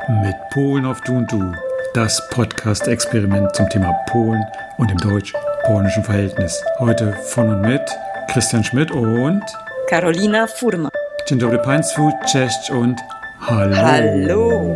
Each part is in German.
Mit Polen auf Du und Du, das Podcast-Experiment zum Thema Polen und dem deutsch-polnischen Verhältnis. Heute von und mit Christian Schmidt und Karolina Furman. Dzień dobry Państwu, cześć und hallo. Hallo.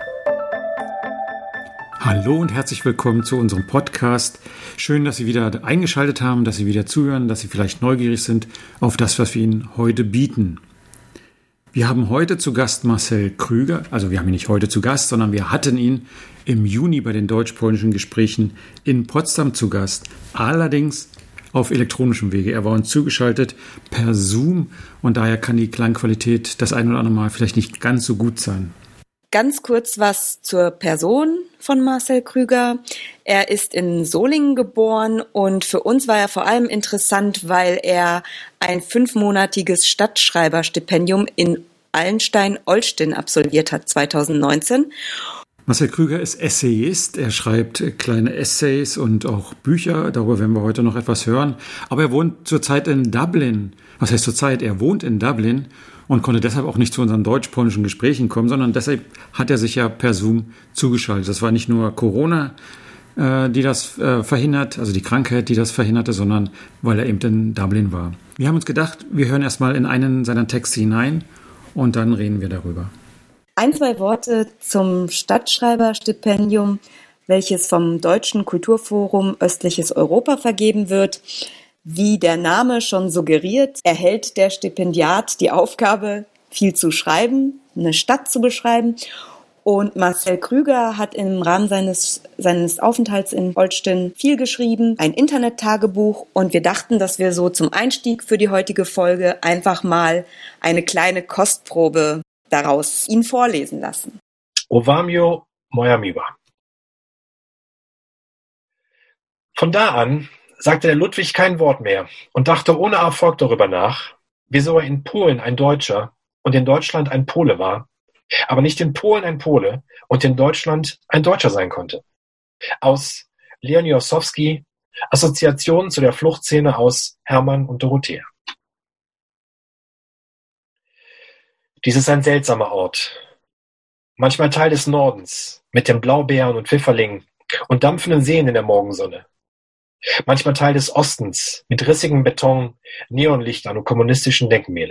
Hallo und herzlich willkommen zu unserem Podcast. Schön, dass Sie wieder eingeschaltet haben, dass Sie wieder zuhören, dass Sie vielleicht neugierig sind auf das, was wir Ihnen heute bieten. Wir haben heute zu Gast Marcel Krüger, also wir haben ihn nicht heute zu Gast, sondern wir hatten ihn im Juni bei den deutsch-polnischen Gesprächen in Potsdam zu Gast, allerdings auf elektronischem Wege. Er war uns zugeschaltet per Zoom und daher kann die Klangqualität das ein oder andere Mal vielleicht nicht ganz so gut sein. Ganz kurz was zur Person von Marcel Krüger. Er ist in Solingen geboren und für uns war er vor allem interessant, weil er ein 5-monatiges Stadtschreiberstipendium in Allenstein-Olsztyn absolviert hat 2019. Marcel Krüger ist Essayist, er schreibt kleine Essays und auch Bücher, darüber werden wir heute noch etwas hören. Aber er wohnt zurzeit in Dublin. Was heißt zurzeit? Er wohnt in Dublin und konnte deshalb auch nicht zu unseren deutsch-polnischen Gesprächen kommen, sondern deshalb hat er sich ja per Zoom zugeschaltet. Das war nicht nur Corona, die das verhindert, also die Krankheit, die das verhinderte, sondern weil er eben in Dublin war. Wir haben uns gedacht, wir hören erstmal in einen seiner Texte hinein und dann reden wir darüber. 2 Worte zum Stadtschreiberstipendium, welches vom Deutschen Kulturforum Östliches Europa vergeben wird. Wie der Name schon suggeriert, erhält der Stipendiat die Aufgabe, viel zu schreiben, eine Stadt zu beschreiben. Und Marcel Krüger hat im Rahmen seines Aufenthalts in Olsztyn viel geschrieben, ein Internet-Tagebuch. Und wir dachten, dass wir so zum Einstieg für die heutige Folge einfach mal eine kleine Kostprobe daraus ihn vorlesen lassen. Owamio moja miła. Von da an sagte der Ludwig kein Wort mehr und dachte ohne Erfolg darüber nach, wieso er in Polen ein Deutscher und in Deutschland ein Pole war, aber nicht in Polen ein Pole und in Deutschland ein Deutscher sein konnte. Aus Leonie Ossowski, Assoziationen zu der Fluchtszene aus Hermann und Dorothea. Dies ist ein seltsamer Ort. Manchmal Teil des Nordens, mit den Blaubeeren und Pfifferlingen und dampfenden Seen in der Morgensonne. Manchmal Teil des Ostens, mit rissigem Beton, Neonlichtern und kommunistischen Denkmäle.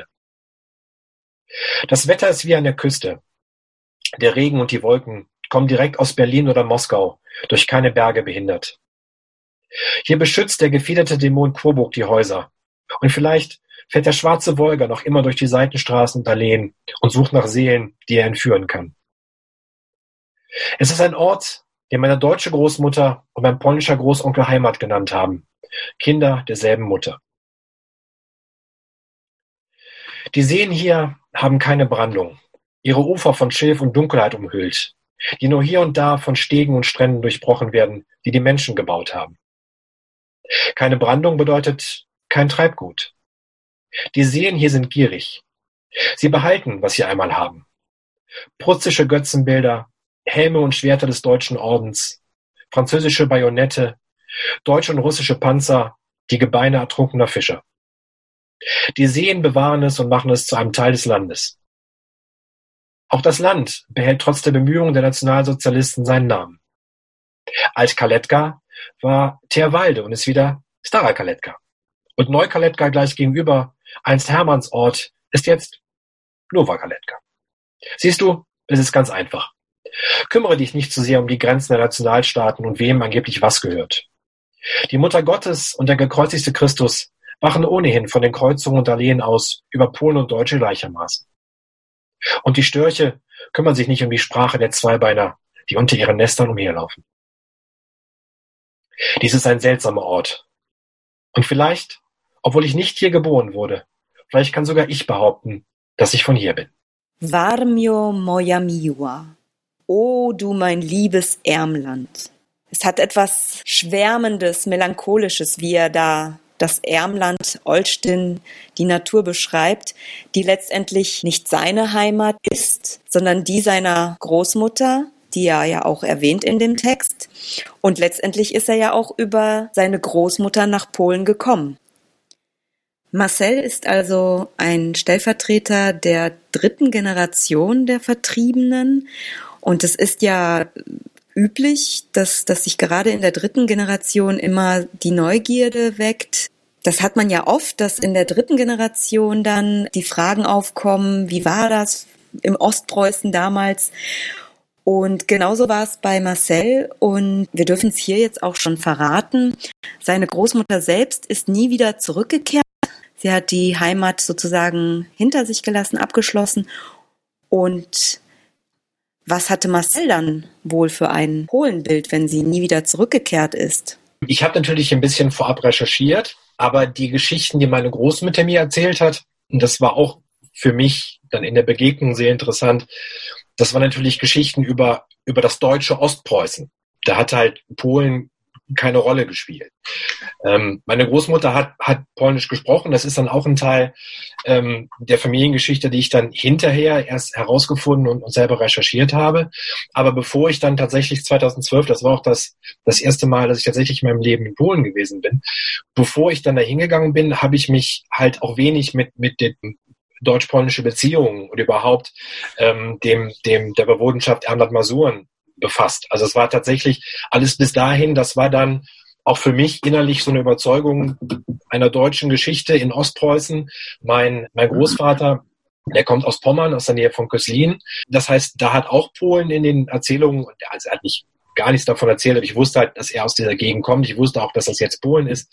Das Wetter ist wie an der Küste. Der Regen und die Wolken kommen direkt aus Berlin oder Moskau, durch keine Berge behindert. Hier beschützt der gefiederte Dämon Coburg die Häuser. Und vielleicht fährt der schwarze Wolga noch immer durch die Seitenstraßen und Alleen und sucht nach Seelen, die er entführen kann. Es ist ein Ort, den meine deutsche Großmutter und mein polnischer Großonkel Heimat genannt haben. Kinder derselben Mutter. Die Seen hier haben keine Brandung, ihre Ufer von Schilf und Dunkelheit umhüllt, die nur hier und da von Stegen und Stränden durchbrochen werden, die die Menschen gebaut haben. Keine Brandung bedeutet kein Treibgut. Die Seen hier sind gierig. Sie behalten, was sie einmal haben. Prutzische Götzenbilder, Helme und Schwerter des Deutschen Ordens, französische Bajonette, deutsche und russische Panzer, die Gebeine ertrunkener Fischer. Die Seen bewahren es und machen es zu einem Teil des Landes. Auch das Land behält trotz der Bemühungen der Nationalsozialisten seinen Namen. Alt-Kaletka war Teerwalde und ist wieder Stara Kaletka. Und Neu-Kaletka gleich gegenüber, einst Hermannsort, ist jetzt Nova Kaletka. Siehst du, es ist ganz einfach. Kümmere dich nicht zu sehr um die Grenzen der Nationalstaaten und wem angeblich was gehört. Die Mutter Gottes und der gekreuzigte Christus wachen ohnehin von den Kreuzungen und Alleen aus über Polen und Deutsche gleichermaßen. Und die Störche kümmern sich nicht um die Sprache der Zweibeiner, die unter ihren Nestern umherlaufen. Dies ist ein seltsamer Ort. Und vielleicht, obwohl ich nicht hier geboren wurde, vielleicht kann sogar ich behaupten, dass ich von hier bin. Warmio moja miła. O du mein liebes Ermland. Es hat etwas Schwärmendes, Melancholisches, wie er da das Ermland, Olsztyn, die Natur beschreibt, die letztendlich nicht seine Heimat ist, sondern die seiner Großmutter, die er ja auch erwähnt in dem Text. Und letztendlich ist er ja auch über seine Großmutter nach Polen gekommen. Marcel ist also ein Stellvertreter der 3. Generation der Vertriebenen Und es ist ja üblich, dass sich gerade in der dritten Generation immer die Neugierde weckt. Das hat man ja oft, dass in der dritten Generation dann die Fragen aufkommen, wie war das im Ostpreußen damals? Und genauso war es bei Marcel und wir dürfen es hier jetzt auch schon verraten. Seine Großmutter selbst ist nie wieder zurückgekehrt. Sie hat die Heimat sozusagen hinter sich gelassen, abgeschlossen. Und was hatte Marcel dann wohl für ein Polenbild, wenn sie nie wieder zurückgekehrt ist? Ich habe natürlich ein bisschen vorab recherchiert, aber die Geschichten, die meine Großmutter mir erzählt hat, und das war auch für mich dann in der Begegnung sehr interessant, das waren natürlich Geschichten über das deutsche Ostpreußen. Da hat halt Polen keine Rolle gespielt. Meine Großmutter hat Polnisch gesprochen. Das ist dann auch ein Teil der Familiengeschichte, die ich dann hinterher erst herausgefunden und selber recherchiert habe. Aber bevor ich dann tatsächlich 2012, das war auch das erste Mal, dass ich tatsächlich in meinem Leben in Polen gewesen bin, bevor ich dann da hingegangen bin, habe ich mich halt auch wenig mit den deutsch-polnische Beziehungen und überhaupt der Bewohnerschaft Ermland-Masuren befasst. Also es war tatsächlich alles bis dahin, das war dann auch für mich innerlich so eine Überzeugung einer deutschen Geschichte in Ostpreußen. Mein Großvater, der kommt aus Pommern, aus der Nähe von Köslin. Das heißt, da hat auch Polen in den Erzählungen, also er hat nicht gar nichts davon erzählt, aber ich wusste halt, dass er aus dieser Gegend kommt. Ich wusste auch, dass das jetzt Polen ist,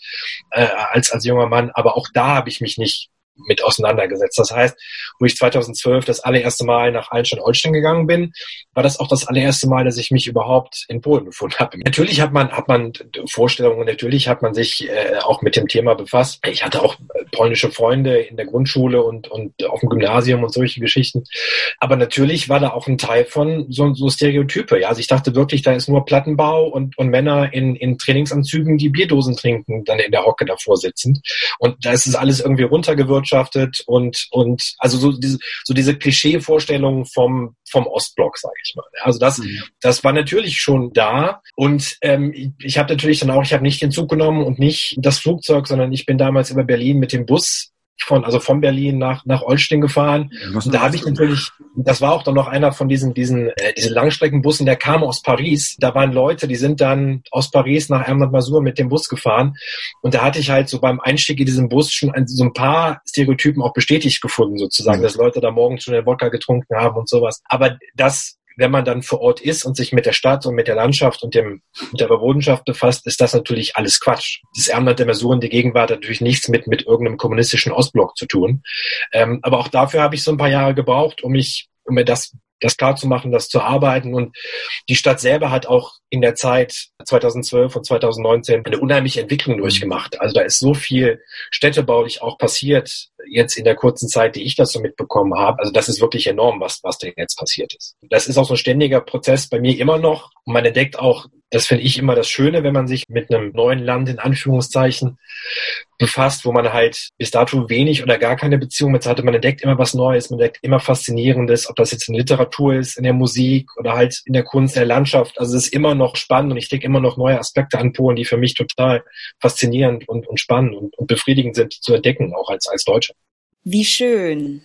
als junger Mann. Aber auch da habe ich mich nicht mit auseinandergesetzt. Das heißt, wo ich 2012 das allererste Mal nach Allenstein-Holstein gegangen bin, war das auch das allererste Mal, dass ich mich überhaupt in Polen befunden habe. Natürlich hat man Vorstellungen, natürlich hat man sich auch mit dem Thema befasst. Ich hatte auch polnische Freunde in der Grundschule und auf dem Gymnasium und solche Geschichten. Aber natürlich war da auch ein Teil von so Stereotype. Ja, also ich dachte wirklich, da ist nur Plattenbau und Männer in Trainingsanzügen, die Bierdosen trinken, dann in der Hocke davor sitzend. Und da ist es alles irgendwie runtergewirtschaftet und also so diese Klischee-Vorstellungen vom Ostblock, sage ich mal. Also das war natürlich schon da und ich habe natürlich dann auch, ich habe nicht den Zug genommen und nicht das Flugzeug, sondern ich bin damals über Berlin mit dem Bus von Berlin nach Olsztyn gefahren. Und da habe ich natürlich, das war auch dann noch einer von diesen Langstreckenbussen, der kam aus Paris. Da waren Leute, die sind dann aus Paris nach Ermland-Masur mit dem Bus gefahren. Und da hatte ich halt so beim Einstieg in diesen Bus schon so ein paar Stereotypen auch bestätigt gefunden, sozusagen, dass Leute da morgens schon den Wodka getrunken haben und sowas. Aber das, wenn man dann vor Ort ist und sich mit der Stadt und mit der Landschaft und mit der Bewohnerschaft befasst, ist das natürlich alles Quatsch. Das Ermland der Masuren, die Gegenwart, hat natürlich nichts mit irgendeinem kommunistischen Ostblock zu tun. Aber auch dafür habe ich so ein paar Jahre gebraucht, um mir das klar zu machen, das zu arbeiten. Und die Stadt selber hat auch in der Zeit 2012 und 2019 eine unheimliche Entwicklung durchgemacht. Also da ist so viel städtebaulich auch passiert, jetzt in der kurzen Zeit, die ich das so mitbekommen habe. Also das ist wirklich enorm, was denn jetzt passiert ist. Das ist auch so ein ständiger Prozess bei mir immer noch. Und man entdeckt auch, das finde ich immer das Schöne, wenn man sich mit einem neuen Land in Anführungszeichen befasst, wo man halt bis dato wenig oder gar keine Beziehung mit hatte. Man entdeckt immer was Neues, man entdeckt immer Faszinierendes, ob das jetzt in Literatur ist, in der Musik oder halt in der Kunst, in der Landschaft. Also es ist immer noch spannend und ich denke immer noch neue Aspekte an Polen, die für mich total faszinierend und spannend und befriedigend sind zu entdecken, auch als Deutscher. Wie schön.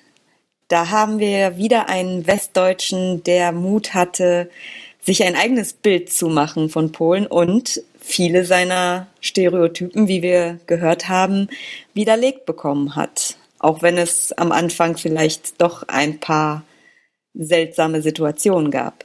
Da haben wir wieder einen Westdeutschen, der Mut hatte, sich ein eigenes Bild zu machen von Polen und viele seiner Stereotypen, wie wir gehört haben, widerlegt bekommen hat. Auch wenn es am Anfang vielleicht doch ein paar seltsame Situationen gab.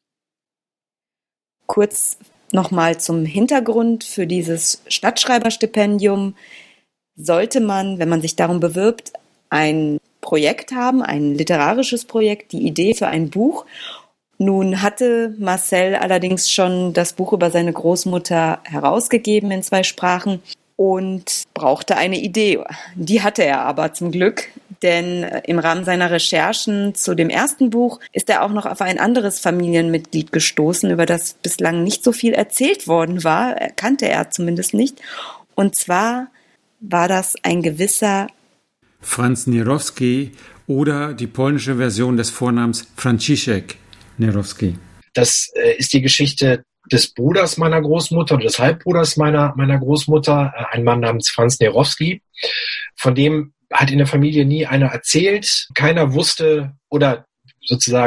Kurz nochmal zum Hintergrund für dieses Stadtschreiberstipendium. Sollte man, wenn man sich darum bewirbt, ein Projekt haben, ein literarisches Projekt, die Idee für ein Buch. Nun hatte Marcel allerdings schon das Buch über seine Großmutter herausgegeben in 2 Sprachen und brauchte eine Idee. Die hatte er aber zum Glück, denn im Rahmen seiner Recherchen zu dem ersten Buch ist er auch noch auf ein anderes Familienmitglied gestoßen, über das bislang nicht so viel erzählt worden war, kannte er zumindest nicht. Und zwar war das ein gewisser Franz Nierowski oder die polnische Version des Vornamens Franciszek Nierowski. Das ist die Geschichte des Bruders meiner Großmutter oder des Halbbruders meiner Großmutter, ein Mann namens Franz Nierowski. Von dem hat in der Familie nie einer erzählt. Keiner wusste oder sozusagen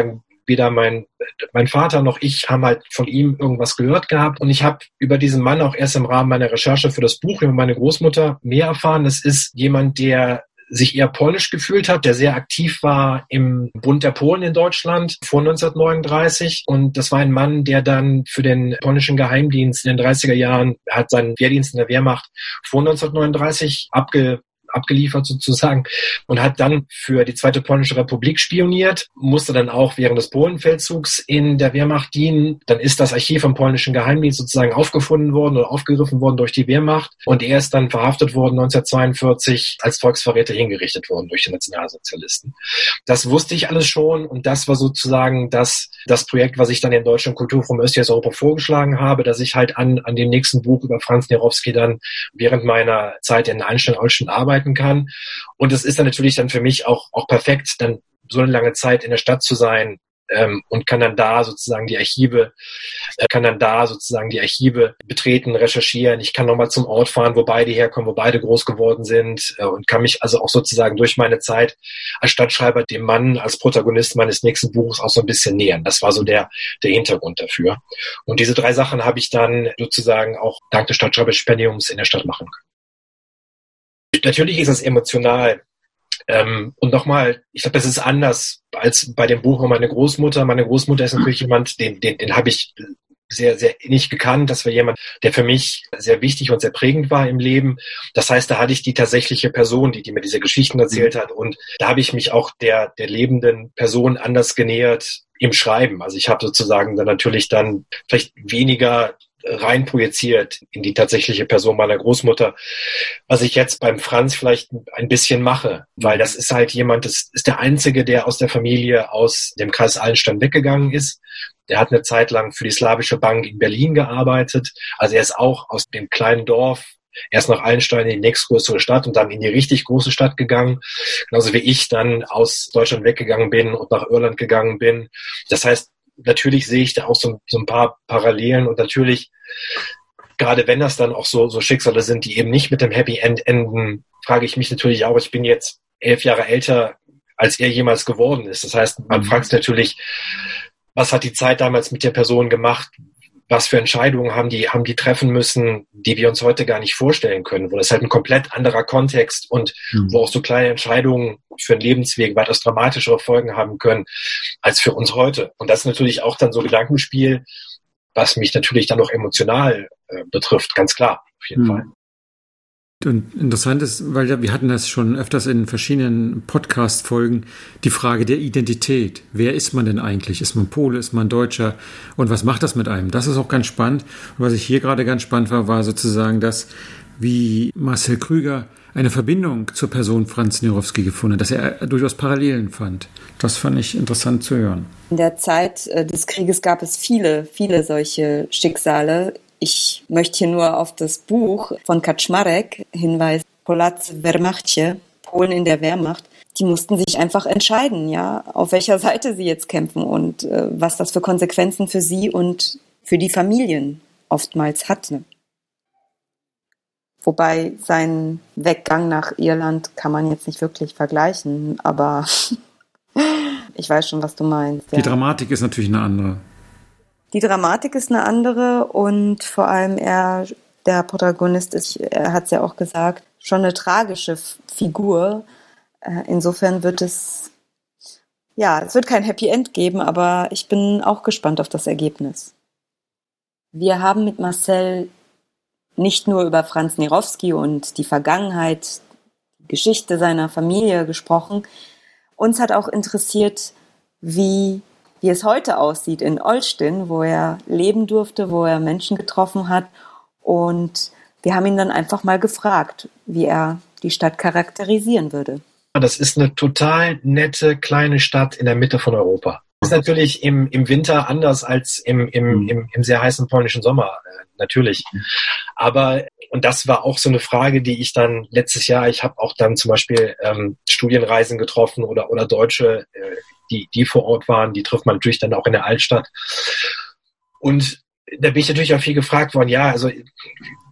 weder mein Vater noch ich haben halt von ihm irgendwas gehört gehabt. Und ich habe über diesen Mann auch erst im Rahmen meiner Recherche für das Buch über meine Großmutter mehr erfahren. Das ist jemand, der sich eher polnisch gefühlt hat, der sehr aktiv war im Bund der Polen in Deutschland vor 1939. Und das war ein Mann, der dann für den polnischen Geheimdienst in den 30er Jahren, hat seinen Wehrdienst in der Wehrmacht vor 1939 abgeliefert sozusagen und hat dann für die Zweite Polnische Republik spioniert, musste dann auch während des Polenfeldzugs in der Wehrmacht dienen. Dann ist das Archiv vom polnischen Geheimdienst sozusagen aufgefunden worden oder aufgegriffen worden durch die Wehrmacht und er ist dann verhaftet worden 1942 als Volksverräter hingerichtet worden durch die Nationalsozialisten. Das wusste ich alles schon und das war sozusagen das Projekt, was ich dann im Deutschen Kulturforum Östliches Europa vorgeschlagen habe, dass ich halt an dem nächsten Buch über Franz Nierowski dann während meiner Zeit in Einstein-Olsztyn arbeiten kann. Und es ist dann natürlich dann für mich auch perfekt, dann so eine lange Zeit in der Stadt zu sein und kann dann da sozusagen die Archive betreten, recherchieren. Ich kann nochmal zum Ort fahren, wo beide herkommen, wo beide groß geworden sind und kann mich also auch sozusagen durch meine Zeit als Stadtschreiber dem Mann als Protagonist meines nächsten Buches auch so ein bisschen nähern. Das war so der Hintergrund dafür. Und diese 3 Sachen habe ich dann sozusagen auch dank des Stadtschreiberstipendiums in der Stadt machen können. Natürlich ist es emotional. Und nochmal, ich glaube, das ist anders als bei dem Buch über meine Großmutter. Meine Großmutter ist natürlich jemand, den habe ich sehr, sehr innig gekannt. Das war jemand, der für mich sehr wichtig und sehr prägend war im Leben. Das heißt, da hatte ich die tatsächliche Person, die mir diese Geschichten erzählt hat. Und da habe ich mich auch der lebenden Person anders genähert im Schreiben. Also ich habe sozusagen dann natürlich dann vielleicht weniger rein projiziert in die tatsächliche Person meiner Großmutter, was ich jetzt beim Franz vielleicht ein bisschen mache, weil das ist halt jemand, das ist der Einzige, der aus der Familie aus dem Kreis Allenstein weggegangen ist. Der hat eine Zeit lang für die Slawische Bank in Berlin gearbeitet, also er ist auch aus dem kleinen Dorf erst nach Allenstein in die nächstgrößere Stadt und dann in die richtig große Stadt gegangen, genauso wie ich dann aus Deutschland weggegangen bin und nach Irland gegangen bin. Das heißt, natürlich sehe ich da auch so ein paar Parallelen und natürlich, gerade wenn das dann auch so Schicksale sind, die eben nicht mit dem Happy End enden, frage ich mich natürlich auch, ich bin jetzt 11 Jahre älter, als er jemals geworden ist. Das heißt, man fragt sich natürlich, was hat die Zeit damals mit der Person gemacht? Was für Entscheidungen haben die treffen müssen, die wir uns heute gar nicht vorstellen können, wo das halt ein komplett anderer Kontext und wo auch so kleine Entscheidungen für einen Lebensweg weitaus dramatischere Folgen haben können als für uns heute. Und das ist natürlich auch dann so Gedankenspiel, was mich natürlich dann auch emotional betrifft, ganz klar, auf jeden Fall. Und interessant ist, weil wir hatten das schon öfters in verschiedenen Podcast-Folgen, die Frage der Identität. Wer ist man denn eigentlich? Ist man Pole? Ist man Deutscher? Und was macht das mit einem? Das ist auch ganz spannend. Und was ich hier gerade ganz spannend war sozusagen das, wie Marcel Krüger eine Verbindung zur Person Franz Nierowski gefunden hat, dass er durchaus Parallelen fand. Das fand ich interessant zu hören. In der Zeit des Krieges gab es viele, viele solche Schicksale. Ich möchte hier nur auf das Buch von Kaczmarek hinweisen, Polacy w Wehrmachcie, Polen in der Wehrmacht. Die mussten sich einfach entscheiden, ja, auf welcher Seite sie jetzt kämpfen und was das für Konsequenzen für sie und für die Familien oftmals hatte. Wobei seinen Weggang nach Irland kann man jetzt nicht wirklich vergleichen, aber ich weiß schon, was du meinst. Ja. Die Dramatik ist natürlich eine andere. Die Dramatik ist eine andere und vor allem der Protagonist er hat es ja auch gesagt, schon eine tragische Figur. Insofern wird es wird kein Happy End geben, aber ich bin auch gespannt auf das Ergebnis. Wir haben mit Marcel nicht nur über Franz Nierowski und die Vergangenheit, die Geschichte seiner Familie gesprochen. Uns hat auch interessiert, wie es heute aussieht in Olsztyn, wo er leben durfte, wo er Menschen getroffen hat. Und wir haben ihn dann einfach mal gefragt, wie er die Stadt charakterisieren würde. Das ist eine total nette kleine Stadt in der Mitte von Europa. Das ist natürlich im Winter anders als im sehr heißen polnischen Sommer, natürlich. Aber, und das war auch so eine Frage, die ich dann letztes Jahr, ich habe auch dann zum Beispiel Studienreisen getroffen oder Deutsche, die vor Ort waren, die trifft man natürlich dann auch in der Altstadt. Und da bin ich natürlich auch viel gefragt worden, ja, also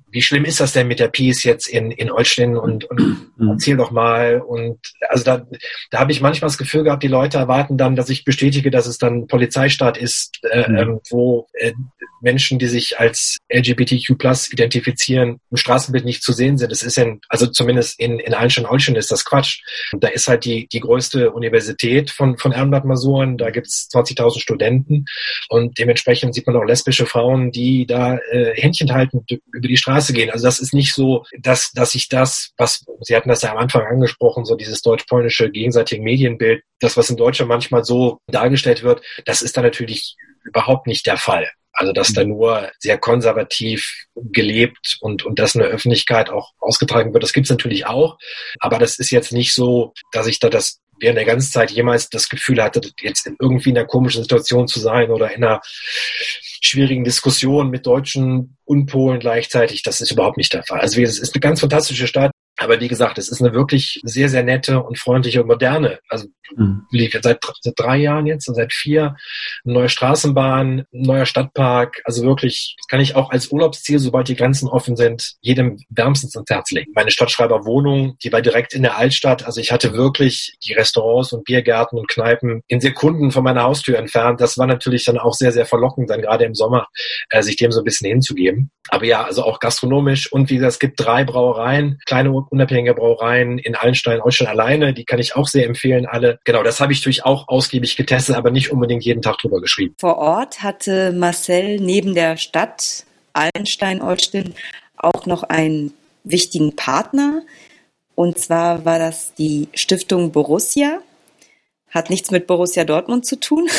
wie schlimm ist das denn mit der Peace jetzt in Olsztyn und erzähl doch mal. Und also da habe ich manchmal das Gefühl gehabt, die Leute erwarten dann, dass ich bestätige, dass es dann Polizeistaat ist, wo Menschen, die sich als LGBTQ+ identifizieren, im Straßenbild nicht zu sehen sind. Das ist also zumindest in Olsztyn ist das Quatsch. Und da ist halt die größte Universität von Erlenblatt-Masuren, da gibt's 20.000 Studenten und dementsprechend sieht man auch lesbische Frauen, die da Händchen halten über die Straße gehen. Also das ist nicht so, dass ich das, was, Sie hatten das ja am Anfang angesprochen, so dieses deutsch-polnische gegenseitige Medienbild, das, was in Deutschland manchmal so dargestellt wird, das ist da natürlich überhaupt nicht der Fall. Also dass da nur sehr konservativ gelebt und das in der Öffentlichkeit auch ausgetragen wird, das gibt's natürlich auch. Aber das ist jetzt nicht so, dass ich da das während der ganzen Zeit jemals das Gefühl hatte, jetzt irgendwie in einer komischen Situation zu sein oder in einer schwierigen Diskussion mit Deutschen und Polen gleichzeitig. Das ist überhaupt nicht der Fall. Also es ist eine ganz fantastische Stadt. Aber wie gesagt, es ist eine wirklich sehr, sehr nette und freundliche und moderne. Also seit 3 Jahren jetzt, seit 4, eine neue Straßenbahn, ein neuer Stadtpark. Also wirklich, das kann ich auch als Urlaubsziel, sobald die Grenzen offen sind, jedem wärmstens ans Herz legen. Meine Stadtschreiberwohnung, die war direkt in der Altstadt. Also ich hatte wirklich die Restaurants und Biergärten und Kneipen in Sekunden von meiner Haustür entfernt. Das war natürlich dann auch sehr, sehr verlockend, dann gerade im Sommer, sich dem so ein bisschen hinzugeben. Aber ja, also auch gastronomisch. Und wie gesagt, es gibt 3 Brauereien, kleine unabhängige Brauereien in Allenstein, Olsztyn alleine. Die kann ich auch sehr empfehlen, alle. Genau, das habe ich natürlich auch ausgiebig getestet, aber nicht unbedingt jeden Tag drüber geschrieben. Vor Ort hatte Marcel neben der Stadt Allenstein, Olsztyn auch noch einen wichtigen Partner. Und zwar war das die Stiftung Borussia. Hat nichts mit Borussia Dortmund zu tun.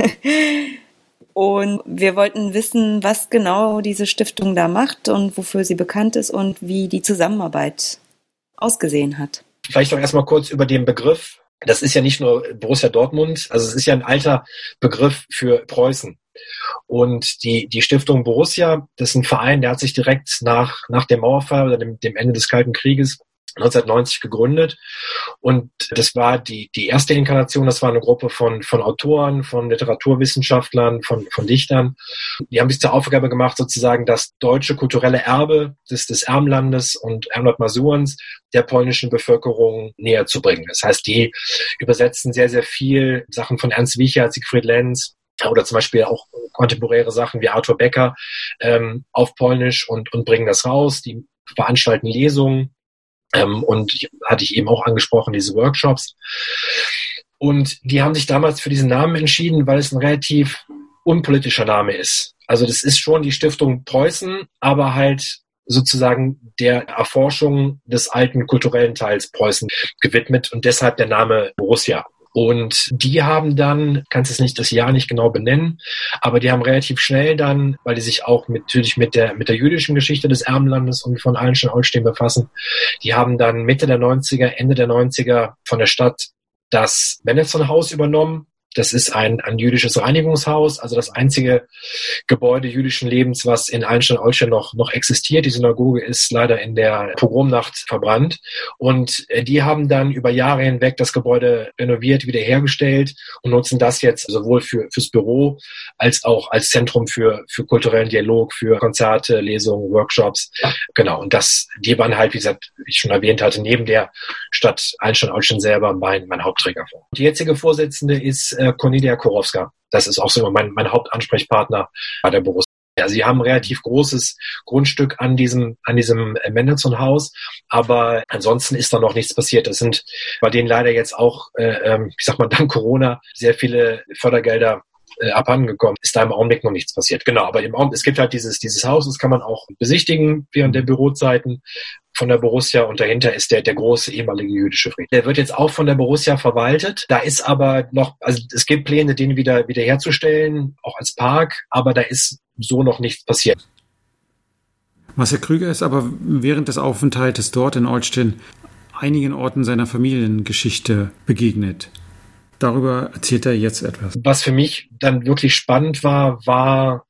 Und wir wollten wissen, was genau diese Stiftung da macht und wofür sie bekannt ist und wie die Zusammenarbeit ausgesehen hat. Vielleicht noch erstmal kurz über den Begriff. Das ist ja nicht nur Borussia Dortmund, also es ist ja ein alter Begriff für Preußen. Und die Stiftung Borussia, das ist ein Verein, der hat sich direkt nach dem Mauerfall oder dem Ende des Kalten Krieges 1990 gegründet. Und das war die erste Inkarnation, das war eine Gruppe von Autoren, von Literaturwissenschaftlern, von Dichtern. Die haben sich zur Aufgabe gemacht, sozusagen das deutsche kulturelle Erbe des Ermlandes und Ermland-Masurens der polnischen Bevölkerung näher zu bringen. Das heißt, die übersetzen sehr, sehr viel Sachen von Ernst Wiechert, Siegfried Lenz, oder zum Beispiel auch kontemporäre Sachen wie Arthur Becker auf Polnisch und bringen das raus. Die veranstalten Lesungen. Und hatte ich eben auch angesprochen, diese Workshops. Und die haben sich damals für diesen Namen entschieden, weil es ein relativ unpolitischer Name ist. Also das ist schon die Stiftung Preußen, aber halt sozusagen der Erforschung des alten kulturellen Teils Preußen gewidmet und deshalb der Name Borussia. Und die haben dann, kannst es nicht das Jahr nicht genau benennen, aber die haben relativ schnell dann, weil die sich auch natürlich mit der jüdischen Geschichte des Ermlandes und von Allenstein-Olsztyn befassen, die haben dann Mitte der 90er, Ende der 90er von der Stadt das Mendelssohn-Haus übernommen. Das ist ein jüdisches Reinigungshaus, also das einzige Gebäude jüdischen Lebens, was in Allenstein-Olsztyn noch existiert. Die Synagoge ist leider in der Pogromnacht verbrannt. Und die haben dann über Jahre hinweg das Gebäude renoviert, wiederhergestellt und nutzen das jetzt sowohl fürs Büro als auch als Zentrum für kulturellen Dialog, für Konzerte, Lesungen, Workshops. Genau. Und die waren halt, wie gesagt, wie ich schon erwähnt hatte, neben der Stadt Allenstein-Olsztyn selber mein Hauptträger. Die jetzige Vorsitzende ist Cornelia Kurowska. Das ist auch so mein Hauptansprechpartner bei der Borussia. Also sie haben ein relativ großes Grundstück an diesem Mendelssohn-Haus, aber ansonsten ist da noch nichts passiert. Das sind bei denen leider jetzt auch, dank Corona sehr viele Fördergelder abhandengekommen. Ist da im Augenblick noch nichts passiert. Genau, aber es gibt halt dieses Haus, das kann man auch besichtigen während der Bürozeiten von der Borussia und dahinter ist der große ehemalige jüdische Friedhof. Der wird jetzt auch von der Borussia verwaltet. Da ist aber noch, also es gibt Pläne, den wieder herzustellen, auch als Park, aber da ist so noch nichts passiert. Marcel Krüger ist aber während des Aufenthaltes dort in Olsztyn einigen Orten seiner Familiengeschichte begegnet. Darüber erzählt er jetzt etwas. Was für mich dann wirklich spannend war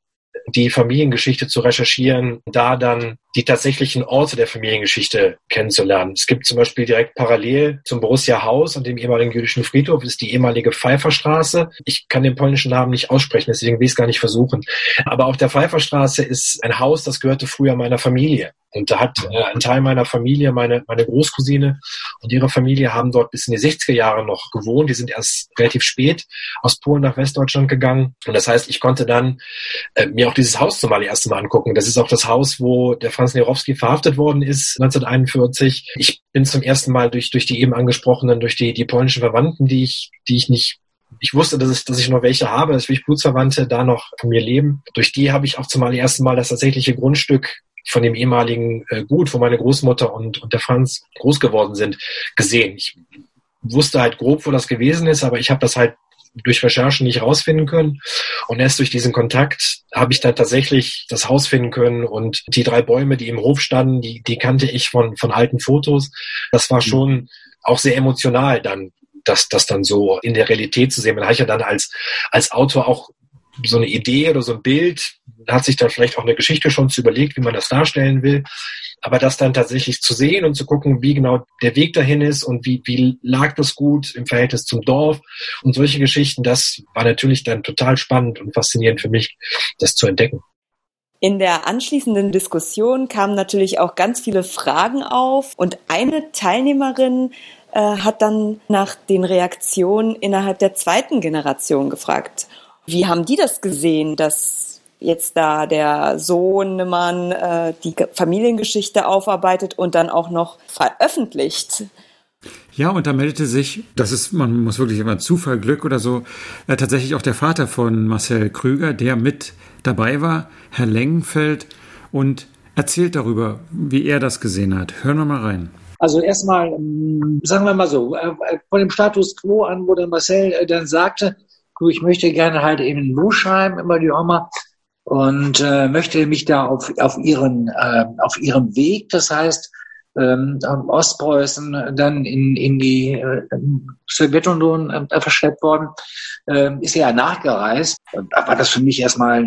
die Familiengeschichte zu recherchieren, da dann die tatsächlichen Orte der Familiengeschichte kennenzulernen. Es gibt zum Beispiel direkt parallel zum Borussia-Haus und dem ehemaligen jüdischen Friedhof ist die ehemalige Pfeifferstraße. Ich kann den polnischen Namen nicht aussprechen, deswegen will ich es gar nicht versuchen. Aber auf der Pfeifferstraße ist ein Haus, das gehörte früher meiner Familie. Und da hat ein Teil meiner Familie, meine Großcousine und ihre Familie haben dort bis in die 60er Jahre noch gewohnt. Die sind erst relativ spät aus Polen nach Westdeutschland gegangen. Und das heißt, ich konnte dann mir auch dieses Haus zum ersten Mal angucken. Das ist auch das Haus, wo der Franz Nerowski verhaftet worden ist, 1941. Ich bin zum ersten Mal durch die eben angesprochenen, durch die polnischen Verwandten, die ich nicht. Ich wusste, dass ich noch welche habe, dass wirklich Blutsverwandte da noch von mir leben. Durch die habe ich auch zum ersten Mal das tatsächliche Grundstück von dem ehemaligen Gut, wo meine Großmutter und der Franz groß geworden sind, gesehen. Ich wusste halt grob, wo das gewesen ist, aber ich habe das halt durch Recherchen nicht rausfinden können. Und erst durch diesen Kontakt habe ich dann tatsächlich das Haus finden können und die 3 Bäume, die im Hof standen, die kannte ich von alten Fotos. Das war schon auch sehr emotional dann, das dann so in der Realität zu sehen. Man hat ja dann als Autor auch so eine Idee oder so ein Bild, hat sich dann vielleicht auch eine Geschichte schon zu überlegt, wie man das darstellen will. Aber das dann tatsächlich zu sehen und zu gucken, wie genau der Weg dahin ist und wie lag das Gut im Verhältnis zum Dorf und solche Geschichten, das war natürlich dann total spannend und faszinierend für mich, das zu entdecken. In der anschließenden Diskussion kamen natürlich auch ganz viele Fragen auf und eine Teilnehmerin hat dann nach den Reaktionen innerhalb der 2. Generation gefragt. Wie haben die das gesehen, dass jetzt da der Sohnemann die Familiengeschichte aufarbeitet und dann auch noch veröffentlicht? Ja, und da meldete sich, man muss wirklich immer Zufall, Glück oder so, tatsächlich auch der Vater von Marcel Krüger, der mit dabei war, Herr Lengenfeld, und erzählt darüber, wie er das gesehen hat. Hören wir mal rein. Also erstmal, sagen wir mal so, von dem Status quo an, wo der Marcel dann sagte, du, ich möchte gerne halt eben ein Buch schreiben über die Oma und möchte mich da auf ihrem Weg, das heißt Ostpreußen, dann in die Sowjetunion verschleppt worden, ist ja nachgereist. Und da war das für mich erstmal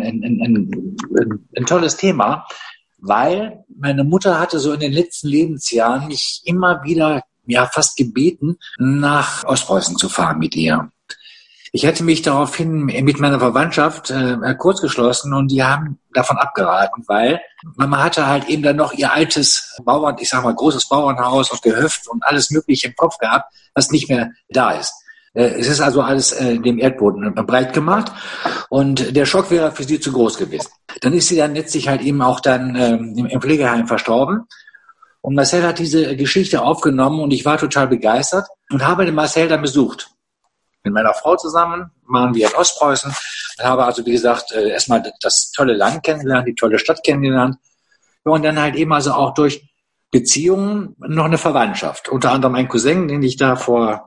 ein tolles Thema, weil meine Mutter hatte so in den letzten Lebensjahren mich immer wieder fast gebeten, nach Ostpreußen zu fahren mit ihr. Ich hätte mich daraufhin mit meiner Verwandtschaft kurzgeschlossen und die haben davon abgeraten, weil Mama hatte halt eben dann noch ihr altes großes Bauernhaus und Gehöft und alles Mögliche im Kopf gehabt, was nicht mehr da ist. Es ist also alles dem Erdboden breit gemacht und der Schock wäre für sie zu groß gewesen. Dann ist sie dann letztlich halt eben auch dann im Pflegeheim verstorben. Und Marcel hat diese Geschichte aufgenommen und ich war total begeistert und habe den Marcel dann besucht. Mit meiner Frau zusammen waren wir in Ostpreußen. Ich habe also, wie gesagt, erstmal das tolle Land kennengelernt, die tolle Stadt kennengelernt. Und dann halt eben also auch durch Beziehungen noch eine Verwandtschaft. Unter anderem ein Cousin, den ich da vor,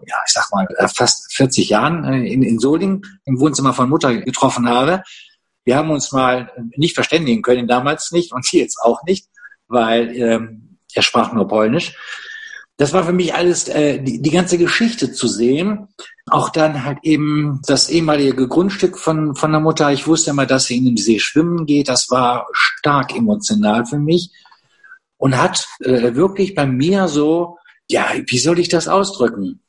fast 40 Jahren in Solingen im Wohnzimmer von Mutter getroffen habe. Wir haben uns mal nicht verständigen können, damals nicht und jetzt auch nicht, weil er sprach nur Polnisch. Das war für mich alles, die ganze Geschichte zu sehen. Auch dann halt eben das ehemalige Grundstück von der Mutter. Ich wusste immer, dass sie in dem See schwimmen geht. Das war stark emotional für mich und hat wirklich bei mir so, wie soll ich das ausdrücken?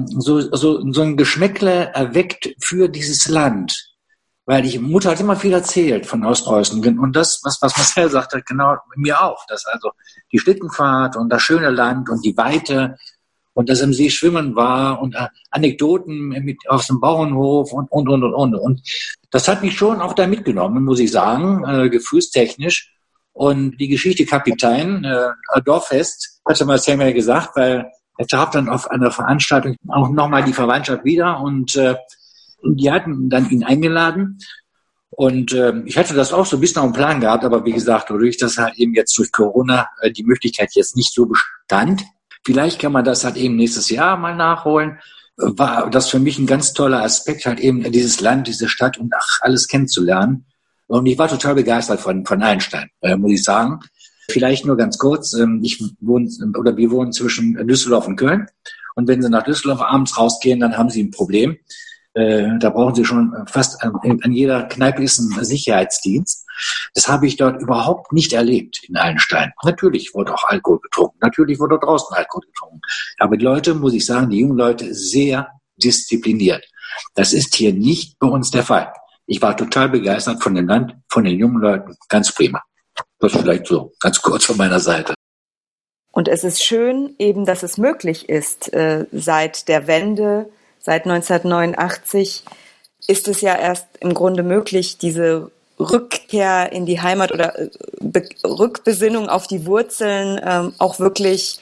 So ein Geschmäckle erweckt für dieses Land. Weil Mutter hat immer viel erzählt von Ostpreußen. Und das, was Marcel sagte, genau mir auch. Das also die Schlittenfahrt und das schöne Land und die Weite und das im See schwimmen war und Anekdoten aus dem Bauernhof und. Und das hat mich schon auch da mitgenommen, muss ich sagen, gefühlstechnisch. Und die Geschichte Kapitän, Dorffest, hatte Marcel mir gesagt, weil er traf dann auf einer Veranstaltung auch nochmal die Verwandtschaft wieder und die hatten dann ihn eingeladen und ich hatte das auch so ein bisschen auf dem Plan gehabt, aber wie gesagt, dadurch, dass halt eben jetzt durch Corona die Möglichkeit jetzt nicht so bestand, vielleicht kann man das halt eben nächstes Jahr mal nachholen, war das für mich ein ganz toller Aspekt, halt eben dieses Land, diese Stadt und alles kennenzulernen. Und ich war total begeistert von Einstein, muss ich sagen. Vielleicht nur ganz kurz, wir wohnen zwischen Düsseldorf und Köln und wenn Sie nach Düsseldorf abends rausgehen, dann haben Sie ein Problem. Da brauchen Sie schon fast an jeder Kneipe ist ein Sicherheitsdienst. Das habe ich dort überhaupt nicht erlebt in Allenstein. Natürlich wurde auch Alkohol getrunken, natürlich wurde draußen Alkohol getrunken. Aber die Leute, muss ich sagen, die jungen Leute, sehr diszipliniert. Das ist hier nicht bei uns der Fall. Ich war total begeistert von dem Land, von den jungen Leuten, ganz prima. Das vielleicht so ganz kurz von meiner Seite. Und es ist schön eben, dass es möglich ist. Seit der Wende, seit 1989, ist es ja erst im Grunde möglich, diese Rückkehr in die Heimat oder Rückbesinnung auf die Wurzeln auch wirklich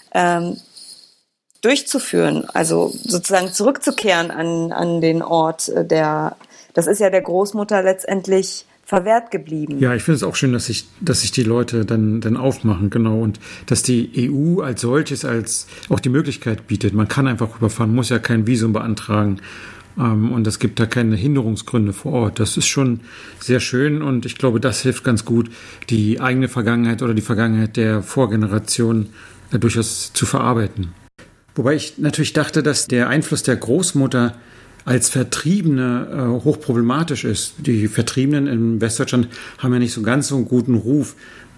durchzuführen. Also sozusagen zurückzukehren an den Ort, das ist ja der Großmutter letztendlich verwehrt geblieben. Ja, ich finde es auch schön, dass sich die Leute dann aufmachen, genau, und dass die EU als solches als auch die Möglichkeit bietet. Man kann einfach rüberfahren, muss ja kein Visum beantragen, und es gibt da keine Hinderungsgründe vor Ort. Das ist schon sehr schön und ich glaube, das hilft ganz gut, die eigene Vergangenheit oder die Vergangenheit der Vorgeneration durchaus zu verarbeiten. Wobei ich natürlich dachte, dass der Einfluss der Großmutter als Vertriebene hochproblematisch ist. Die Vertriebenen in Westdeutschland haben ja nicht so ganz so einen guten Ruf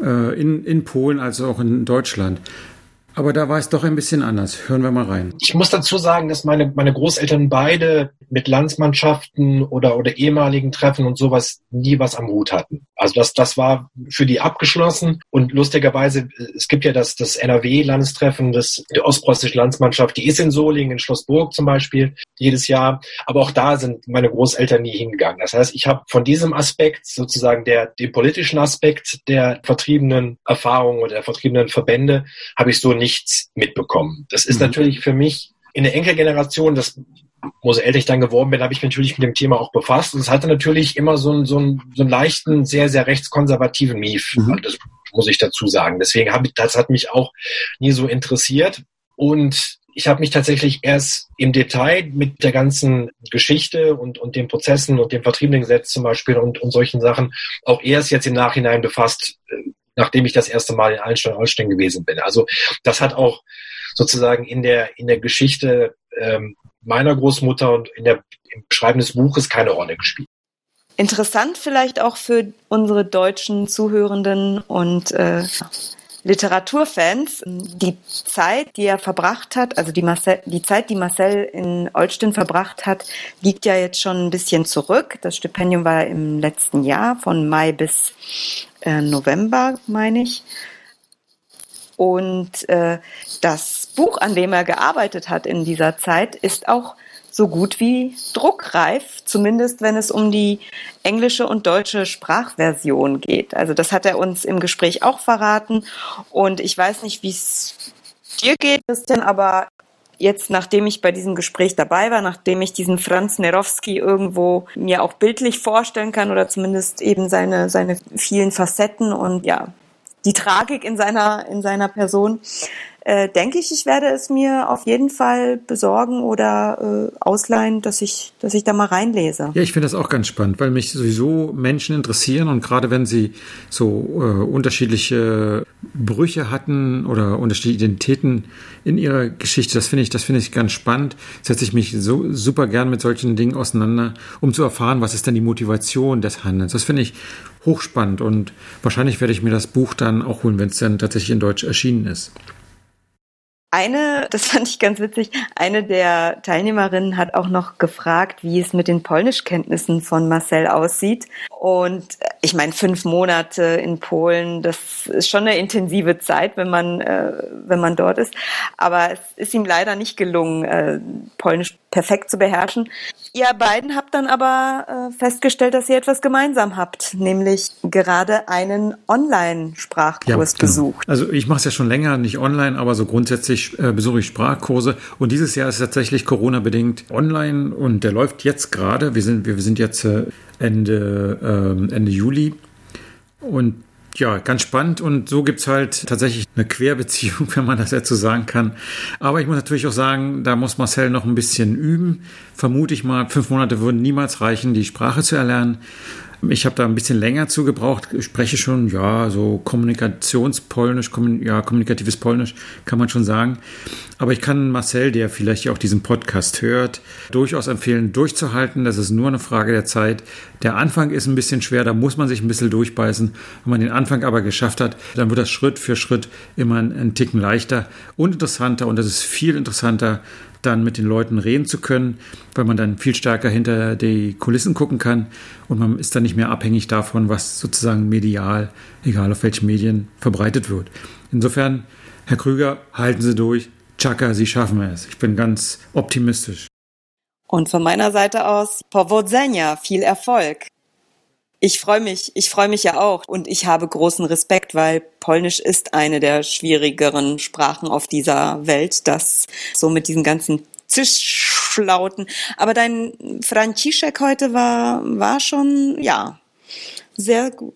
in Polen als auch in Deutschland. Aber da war es doch ein bisschen anders. Hören wir mal rein. Ich muss dazu sagen, dass meine Großeltern beide mit Landsmannschaften oder ehemaligen Treffen und sowas nie was am Hut hatten. Also das war für die abgeschlossen. Und lustigerweise, es gibt ja das NRW-Landestreffen, der ostpreußische Landsmannschaft, die ist in Solingen, in Schlossburg zum Beispiel, jedes Jahr. Aber auch da sind meine Großeltern nie hingegangen. Das heißt, ich habe von diesem Aspekt, sozusagen dem politischen Aspekt der vertriebenen Erfahrungen oder der vertriebenen Verbände, habe ich so nichts mitbekommen. Das ist natürlich für mich in der Enkelgeneration, umso älter ich dann geworden bin, habe ich natürlich mit dem Thema auch befasst. Und es hatte natürlich immer so einen leichten, sehr, sehr rechtskonservativen Mief. Das muss ich dazu sagen. Deswegen das hat mich auch nie so interessiert. Und ich habe mich tatsächlich erst im Detail mit der ganzen Geschichte und den Prozessen und dem Vertriebenengesetz zum Beispiel und solchen Sachen auch erst jetzt im Nachhinein befasst, nachdem ich das erste Mal in Allenstein gewesen bin. Also das hat auch sozusagen in der Geschichte meiner Großmutter und im Schreiben des Buches keine Rolle gespielt. Interessant vielleicht auch für unsere deutschen Zuhörenden und Literaturfans, die Zeit, die er verbracht hat, also die Zeit, die Marcel in Olsztyn verbracht hat, liegt ja jetzt schon ein bisschen zurück. Das Stipendium war im letzten Jahr von Mai bis November, meine ich. Und das Buch, an dem er gearbeitet hat in dieser Zeit, ist auch so gut wie druckreif, zumindest wenn es um die englische und deutsche Sprachversion geht. Also das hat er uns im Gespräch auch verraten. Und ich weiß nicht, wie es dir geht, Christian, aber jetzt, nachdem ich bei diesem Gespräch dabei war, nachdem ich diesen Franz Nerowski irgendwo mir auch bildlich vorstellen kann oder zumindest eben seine vielen Facetten und ja, die Tragik in seiner Person, denke ich werde es mir auf jeden Fall besorgen oder ausleihen, dass ich da mal reinlese. Ja, ich finde das auch ganz spannend, weil mich sowieso Menschen interessieren und gerade wenn sie so unterschiedliche Brüche hatten oder unterschiedliche Identitäten in ihrer Geschichte, das finde ich ganz spannend. Setze ich mich so super gern mit solchen Dingen auseinander, um zu erfahren, was ist denn die Motivation des Handelns. Das finde ich hochspannend und wahrscheinlich werde ich mir das Buch dann auch holen, wenn es dann tatsächlich in Deutsch erschienen ist. Das fand ich ganz witzig, eine der Teilnehmerinnen hat auch noch gefragt, wie es mit den Polnischkenntnissen von Marcel aussieht. Und ich meine, 5 Monate in Polen, das ist schon eine intensive Zeit, wenn man dort ist. Aber es ist ihm leider nicht gelungen, Polnisch perfekt zu beherrschen. Ihr beiden habt dann aber festgestellt, dass ihr etwas gemeinsam habt, nämlich gerade einen Online-Sprachkurs besucht. Also ich mache es ja schon länger, nicht online, aber so grundsätzlich besuche ich Sprachkurse. Und dieses Jahr ist tatsächlich Corona-bedingt online und der läuft jetzt gerade. Wir sind jetzt Ende Juli und ja, ganz spannend und so gibt's halt tatsächlich eine Querbeziehung, wenn man das jetzt so sagen kann. Aber ich muss natürlich auch sagen, da muss Marcel noch ein bisschen üben. Vermute ich mal, 5 Monate würden niemals reichen, die Sprache zu erlernen. Ich habe da ein bisschen länger zu gebraucht. Ich spreche schon, so Kommunikationspolnisch, kommunikatives Polnisch kann man schon sagen. Aber ich kann Marcel, der vielleicht auch diesen Podcast hört, durchaus empfehlen, durchzuhalten. Das ist nur eine Frage der Zeit. Der Anfang ist ein bisschen schwer, da muss man sich ein bisschen durchbeißen. Wenn man den Anfang aber geschafft hat, dann wird das Schritt für Schritt immer einen Ticken leichter und interessanter. Und das ist viel interessanter, dann mit den Leuten reden zu können, weil man dann viel stärker hinter die Kulissen gucken kann und man ist dann nicht mehr abhängig davon, was sozusagen medial, egal auf welchen Medien, verbreitet wird. Insofern, Herr Krüger, halten Sie durch. Chaka, Sie schaffen es. Ich bin ganz optimistisch. Und von meiner Seite aus, Powodzenia, viel Erfolg. Ich freue mich ja auch und ich habe großen Respekt, weil Polnisch ist eine der schwierigeren Sprachen auf dieser Welt, das so mit diesen ganzen Zischflauten. Aber dein Franciszek heute war schon, sehr gut.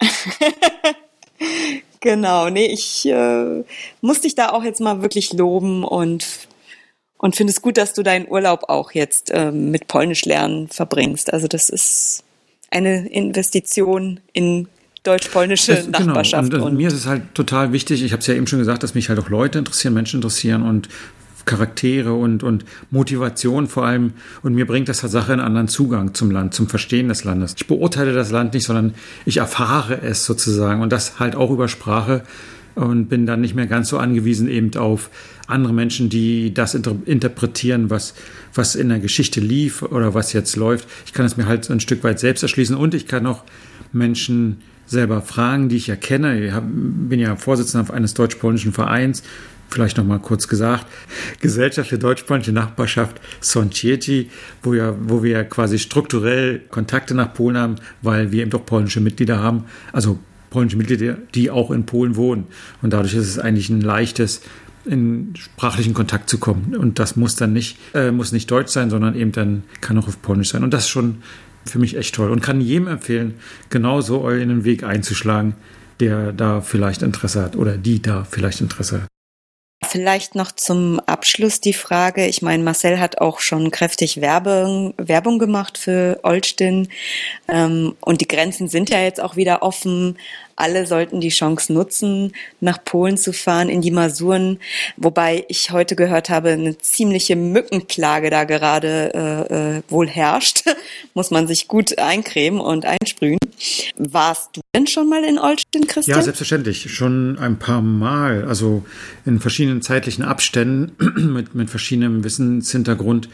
Genau, ich muss dich da auch jetzt mal wirklich loben und finde es gut, dass du deinen Urlaub auch jetzt mit Polnisch lernen verbringst. Also das ist eine Investition in deutsch-polnische Nachbarschaft. Genau. Und mir ist es halt total wichtig, ich habe es ja eben schon gesagt, dass mich halt auch Leute interessieren, Menschen interessieren und Charaktere und Motivation vor allem. Und mir bringt das Tatsache einen anderen Zugang zum Land, zum Verstehen des Landes. Ich beurteile das Land nicht, sondern ich erfahre es sozusagen und das halt auch über Sprache und bin dann nicht mehr ganz so angewiesen eben auf andere Menschen, die das interpretieren, was in der Geschichte lief oder was jetzt läuft. Ich kann es mir halt so ein Stück weit selbst erschließen und ich kann auch Menschen selber fragen, die ich ja kenne. Ich bin ja Vorsitzender eines deutsch-polnischen Vereins, vielleicht noch mal kurz gesagt, Gesellschaft für deutsch-polnische Nachbarschaft Sąsiedzi, wo wir ja quasi strukturell Kontakte nach Polen haben, weil wir eben doch polnische Mitglieder haben, also polnische Mitglieder, die auch in Polen wohnen. Und dadurch ist es eigentlich ein leichtes, in sprachlichen Kontakt zu kommen. Und das muss dann nicht Deutsch sein, sondern eben dann kann auch auf Polnisch sein. Und das ist schon für mich echt toll und kann jedem empfehlen, genauso einen Weg einzuschlagen, der da vielleicht Interesse hat oder die da vielleicht Interesse hat. Vielleicht noch zum Abschluss die Frage, ich meine, Marcel hat auch schon kräftig Werbung gemacht für Olsztyn und die Grenzen sind ja jetzt auch wieder offen. Alle sollten die Chance nutzen, nach Polen zu fahren, in die Masuren, wobei ich heute gehört habe, eine ziemliche Mückenplage da gerade wohl herrscht. Muss man sich gut eincremen und einsprühen. Warst du denn schon mal in Olsztyn, Christian? Ja, selbstverständlich. Schon ein paar Mal. Also in verschiedenen zeitlichen Abständen mit verschiedenem Wissenshintergrund.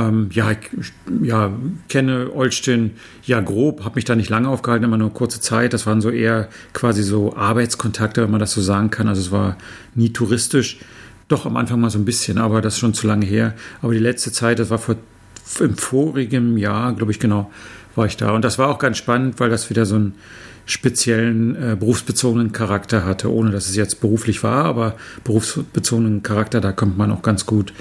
Ich kenne Olsztyn grob, habe mich da nicht lange aufgehalten, immer nur kurze Zeit. Das waren so eher quasi so Arbeitskontakte, wenn man das so sagen kann. Also es war nie touristisch. Doch am Anfang mal so ein bisschen, aber das ist schon zu lange her. Aber die letzte Zeit, das war im vorigen Jahr, glaube ich, genau, war ich da. Und das war auch ganz spannend, weil das wieder so einen speziellen berufsbezogenen Charakter hatte, ohne dass es jetzt beruflich war, aber berufsbezogenen Charakter, da kann man auch ganz gut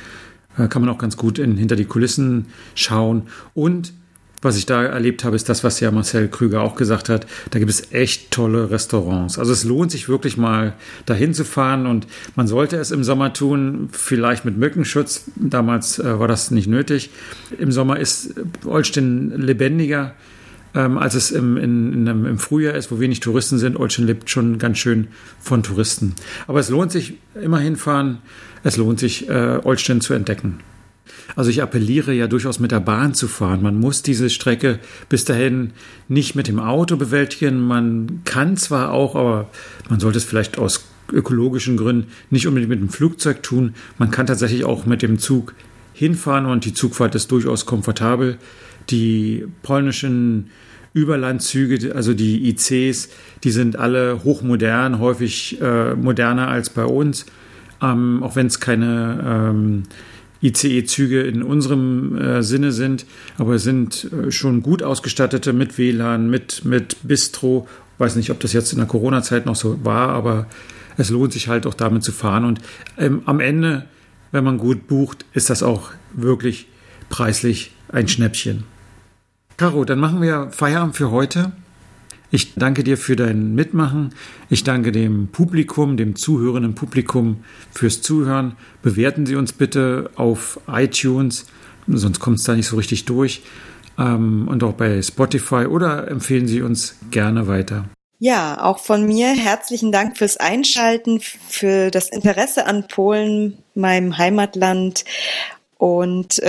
hinter die Kulissen schauen. Und was ich da erlebt habe, ist das, was ja Marcel Krüger auch gesagt hat. Da gibt es echt tolle Restaurants. Also es lohnt sich wirklich mal dahin zu fahren und man sollte es im Sommer tun, vielleicht mit Mückenschutz. Damals war das nicht nötig. Im Sommer ist Olsztyn lebendiger, als es im Frühjahr ist, wo wenig Touristen sind. Olsztyn lebt schon ganz schön von Touristen. Aber es lohnt sich immer hinfahren. Es lohnt sich, Olsztyn zu entdecken. Also ich appelliere ja durchaus mit der Bahn zu fahren. Man muss diese Strecke bis dahin nicht mit dem Auto bewältigen. Man kann zwar auch, aber man sollte es vielleicht aus ökologischen Gründen nicht unbedingt mit dem Flugzeug tun. Man kann tatsächlich auch mit dem Zug hinfahren und die Zugfahrt ist durchaus komfortabel. Die polnischen Überlandzüge, also die ICs, die sind alle hochmodern, häufig moderner als bei uns. Auch wenn es keine ICE-Züge in unserem Sinne sind, aber es sind schon gut ausgestattete mit WLAN, mit Bistro. Ich weiß nicht, ob das jetzt in der Corona-Zeit noch so war, aber es lohnt sich halt auch damit zu fahren. Und am Ende, wenn man gut bucht, ist das auch wirklich preislich ein Schnäppchen. Caro, dann machen wir Feierabend für heute. Ich danke dir für dein Mitmachen. Ich danke dem Publikum, dem zuhörenden Publikum fürs Zuhören. Bewerten Sie uns bitte auf iTunes, sonst kommt es da nicht so richtig durch. und auch bei Spotify oder empfehlen Sie uns gerne weiter. Ja, auch von mir herzlichen Dank fürs Einschalten, für das Interesse an Polen, meinem Heimatland. Und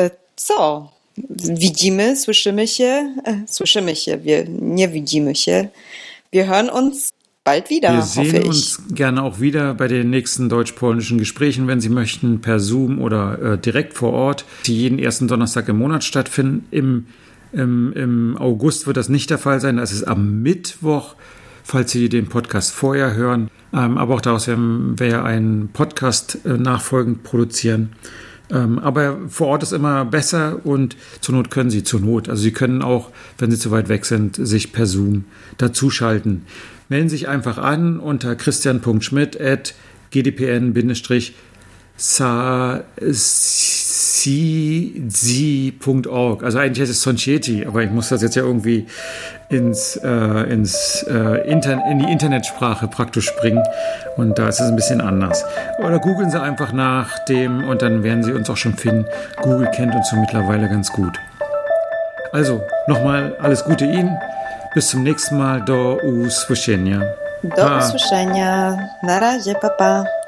słyszymy się, wir nie widzimy się. Wir hören uns bald wieder, wir hoffe ich. sehen uns gerne auch wieder bei den nächsten deutsch-polnischen Gesprächen, wenn Sie möchten, per Zoom oder direkt vor Ort, die jeden ersten Donnerstag im Monat stattfinden. Im August wird das nicht der Fall sein, das ist am Mittwoch, falls Sie den Podcast vorher hören. Aber auch daraus werden wir einen Podcast nachfolgend produzieren. Aber vor Ort ist immer besser und zur Not können Sie, also Sie können auch, wenn Sie zu weit weg sind, sich per Zoom dazuschalten. Melden Sie sich einfach an unter christian.schmidt@gdpn-cz.org. Also eigentlich heißt es Society, aber ich muss das jetzt ja irgendwie in die Internetsprache praktisch bringen und da ist es ein bisschen anders. Oder googeln Sie einfach nach dem und dann werden Sie uns auch schon finden. Google kennt uns so mittlerweile ganz gut. Also nochmal alles Gute Ihnen. Bis zum nächsten Mal. Do usłyszenia. Do usłyszenia. Na razie, papa.